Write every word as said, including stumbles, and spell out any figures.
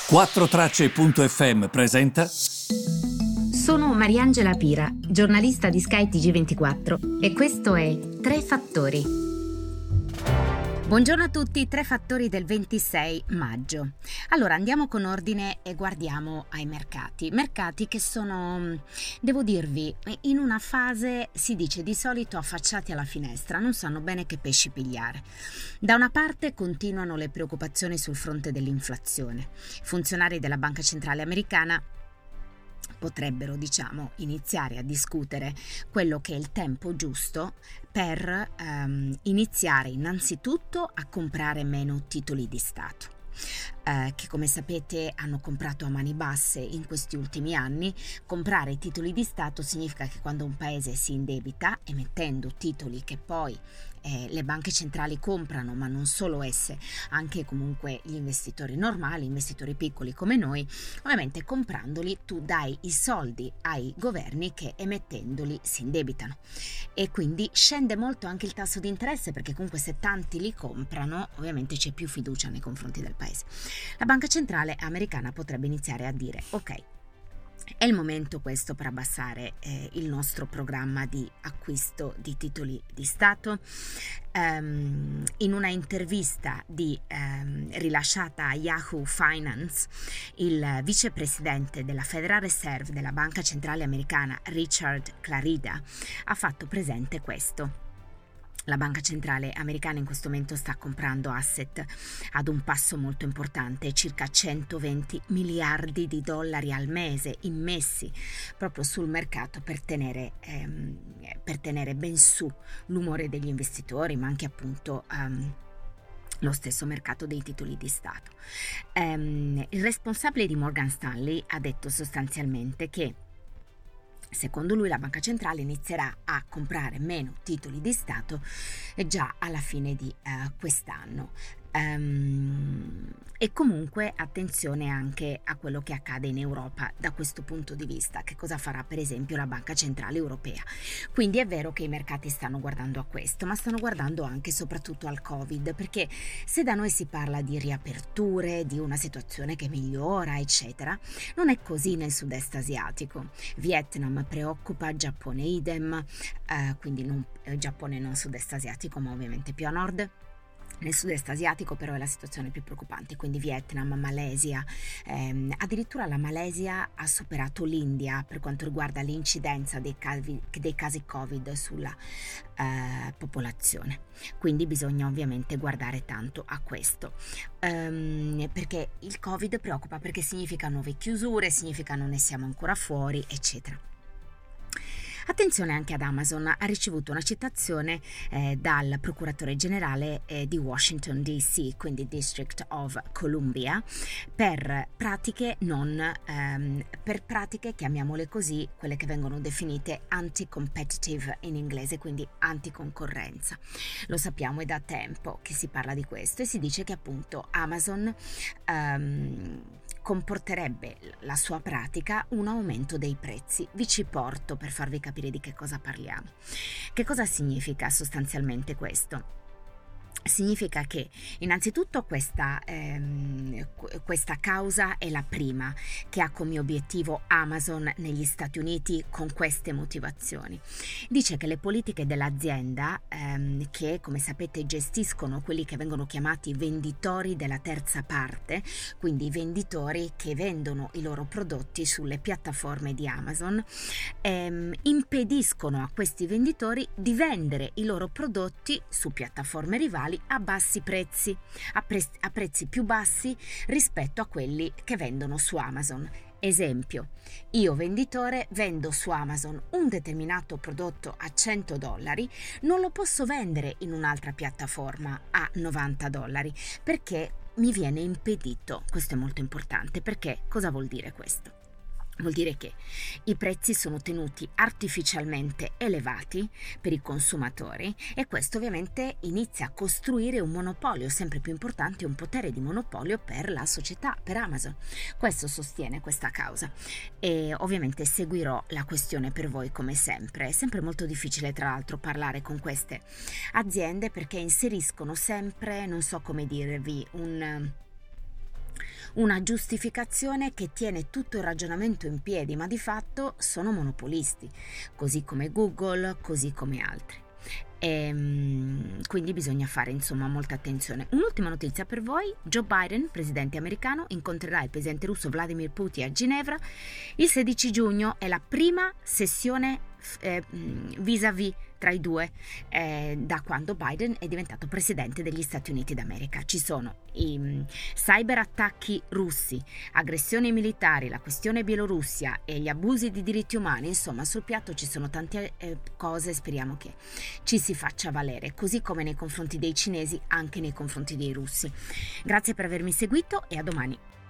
quattro tracce punto effe emme presenta. Sono Mariangela Pira, giornalista di Sky T G ventiquattro e questo è Tre Fattori. Buongiorno a tutti, Tre Fattori del ventisei maggio. Allora andiamo con ordine e guardiamo ai mercati. Mercati che sono, devo dirvi, in una fase, si dice di solito, affacciati alla finestra, non sanno bene che pesci pigliare. Da una parte continuano le preoccupazioni sul fronte dell'inflazione. I funzionari della Banca Centrale Americana potrebbero, diciamo, iniziare a discutere quello che è il tempo giusto per ehm, iniziare innanzitutto a comprare meno titoli di Stato. Eh, che come sapete hanno comprato a mani basse in questi ultimi anni. Comprare titoli di Stato significa che quando un paese si indebita emettendo titoli che poi eh, le banche centrali comprano, ma non solo esse, anche comunque gli investitori normali, investitori piccoli come noi, ovviamente comprandoli tu dai i soldi ai governi che emettendoli si indebitano e quindi scende molto anche il tasso di interesse, perché comunque se tanti li comprano ovviamente c'è più fiducia nei confronti del paese. La Banca Centrale Americana potrebbe iniziare a dire: ok, è il momento questo per abbassare eh, il nostro programma di acquisto di titoli di Stato. Um, in una intervista di, um, rilasciata a Yahoo Finance, il vicepresidente della Federal Reserve della Banca Centrale Americana, Richard Clarida, ha fatto presente questo. La Banca Centrale Americana in questo momento sta comprando asset ad un passo molto importante, circa centoventi miliardi di dollari al mese immessi proprio sul mercato per tenere, ehm, per tenere ben su l'umore degli investitori, ma anche appunto um, lo stesso mercato dei titoli di Stato. Um, il responsabile di Morgan Stanley ha detto sostanzialmente che secondo lui la Banca Centrale inizierà a comprare meno titoli di Stato già alla fine di uh, quest'anno. Um, e comunque attenzione anche a quello che accade in Europa da questo punto di vista, che cosa farà per esempio la Banca Centrale Europea. Quindi è vero che i mercati stanno guardando a questo, ma stanno guardando anche e soprattutto al Covid, perché se da noi si parla di riaperture, di una situazione che migliora eccetera, non è così nel sud-est asiatico. Vietnam preoccupa, Giappone idem, eh, quindi non, eh, Giappone non sud-est asiatico ma ovviamente più a nord. Nel sud-est asiatico però è la situazione più preoccupante, quindi Vietnam, Malesia, ehm, addirittura la Malesia ha superato l'India per quanto riguarda l'incidenza dei casi, dei casi Covid sulla eh, popolazione. Quindi bisogna ovviamente guardare tanto a questo, ehm, perché il Covid preoccupa, perché significa nuove chiusure, significa non ne siamo ancora fuori, eccetera. Attenzione anche ad Amazon, ha ricevuto una citazione eh, dal procuratore generale eh, di Washington D C, quindi District of Columbia, per pratiche non ehm, per pratiche, chiamiamole così, quelle che vengono definite anti-competitive in inglese, quindi anticoncorrenza. Lo sappiamo, è da tempo che si parla di questo e si dice che appunto Amazon ehm, comporterebbe la sua pratica un aumento dei prezzi. Vi ci porto per farvi capire di che cosa parliamo. Che cosa significa sostanzialmente questo? Significa che innanzitutto questa, ehm, questa causa è la prima che ha come obiettivo Amazon negli Stati Uniti con queste motivazioni. Dice che le politiche dell'azienda, ehm, che come sapete gestiscono quelli che vengono chiamati venditori della terza parte, quindi venditori che vendono i loro prodotti sulle piattaforme di Amazon, ehm, impediscono a questi venditori di vendere i loro prodotti su piattaforme rivali a bassi prezzi, a, pre- a prezzi più bassi rispetto a quelli che vendono su Amazon. Esempio, io venditore vendo su Amazon un determinato prodotto a cento dollari, non lo posso vendere in un'altra piattaforma a novanta dollari perché mi viene impedito. Questo è molto importante, perché cosa vuol dire questo? Vuol dire che i prezzi sono tenuti artificialmente elevati per i consumatori e questo ovviamente inizia a costruire un monopolio sempre più importante, un potere di monopolio per la società, per Amazon. Questo sostiene questa causa e ovviamente seguirò la questione per voi come sempre. È sempre molto difficile tra l'altro parlare con queste aziende perché inseriscono sempre, non so come dirvi, un... una giustificazione che tiene tutto il ragionamento in piedi, ma di fatto sono monopolisti, così come Google, così come altri. E, quindi bisogna fare insomma molta attenzione. Un'ultima notizia per voi: Joe Biden, presidente americano, incontrerà il presidente russo Vladimir Putin a Ginevra il sedici giugno. È la prima sessione eh, vis-à-vis tra i due eh, da quando Biden è diventato presidente degli Stati Uniti d'America. Ci sono i um, cyberattacchi russi, aggressioni militari, la questione Bielorussia e gli abusi di diritti umani. Insomma, sul piatto ci sono tante eh, cose. Speriamo che ci si faccia valere, così come nei confronti dei cinesi, anche nei confronti dei russi. Grazie per avermi seguito e a domani.